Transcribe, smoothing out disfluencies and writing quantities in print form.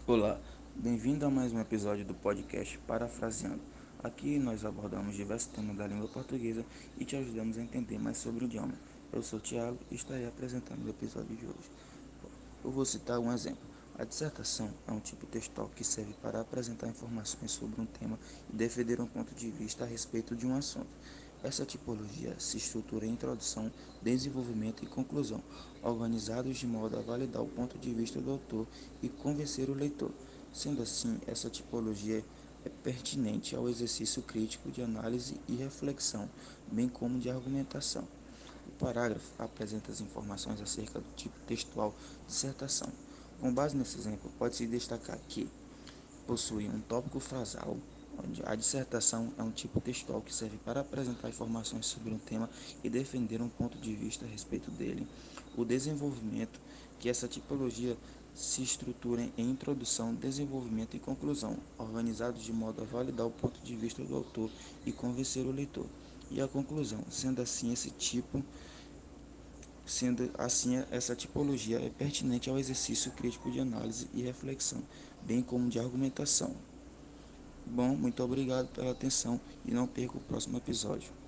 Olá, bem-vindo a mais um episódio do podcast Parafraseando. Aqui nós abordamos diversos temas da língua portuguesa e te ajudamos a entender mais sobre o idioma. Eu sou o Thiago e estarei apresentando o episódio de hoje. Eu vou citar um exemplo. A dissertação é um tipo textual que serve para apresentar informações sobre um tema e defender um ponto de vista a respeito de um assunto. Essa tipologia se estrutura em introdução, desenvolvimento e conclusão, organizados de modo a validar o ponto de vista do autor e convencer o leitor. Sendo assim, essa tipologia é pertinente ao exercício crítico de análise e reflexão, bem como de argumentação. O parágrafo apresenta as informações acerca do tipo textual dissertação. Com base nesse exemplo, pode-se destacar que possui um tópico frasal, onde a dissertação é um tipo textual que serve para apresentar informações sobre um tema e defender um ponto de vista a respeito dele. O desenvolvimento, que essa tipologia se estrutura em introdução, desenvolvimento e conclusão, organizados de modo a validar o ponto de vista do autor e convencer o leitor. E a conclusão, essa tipologia é pertinente ao exercício crítico de análise e reflexão, bem como de argumentação. Bom, muito obrigado pela atenção e não perca o próximo episódio.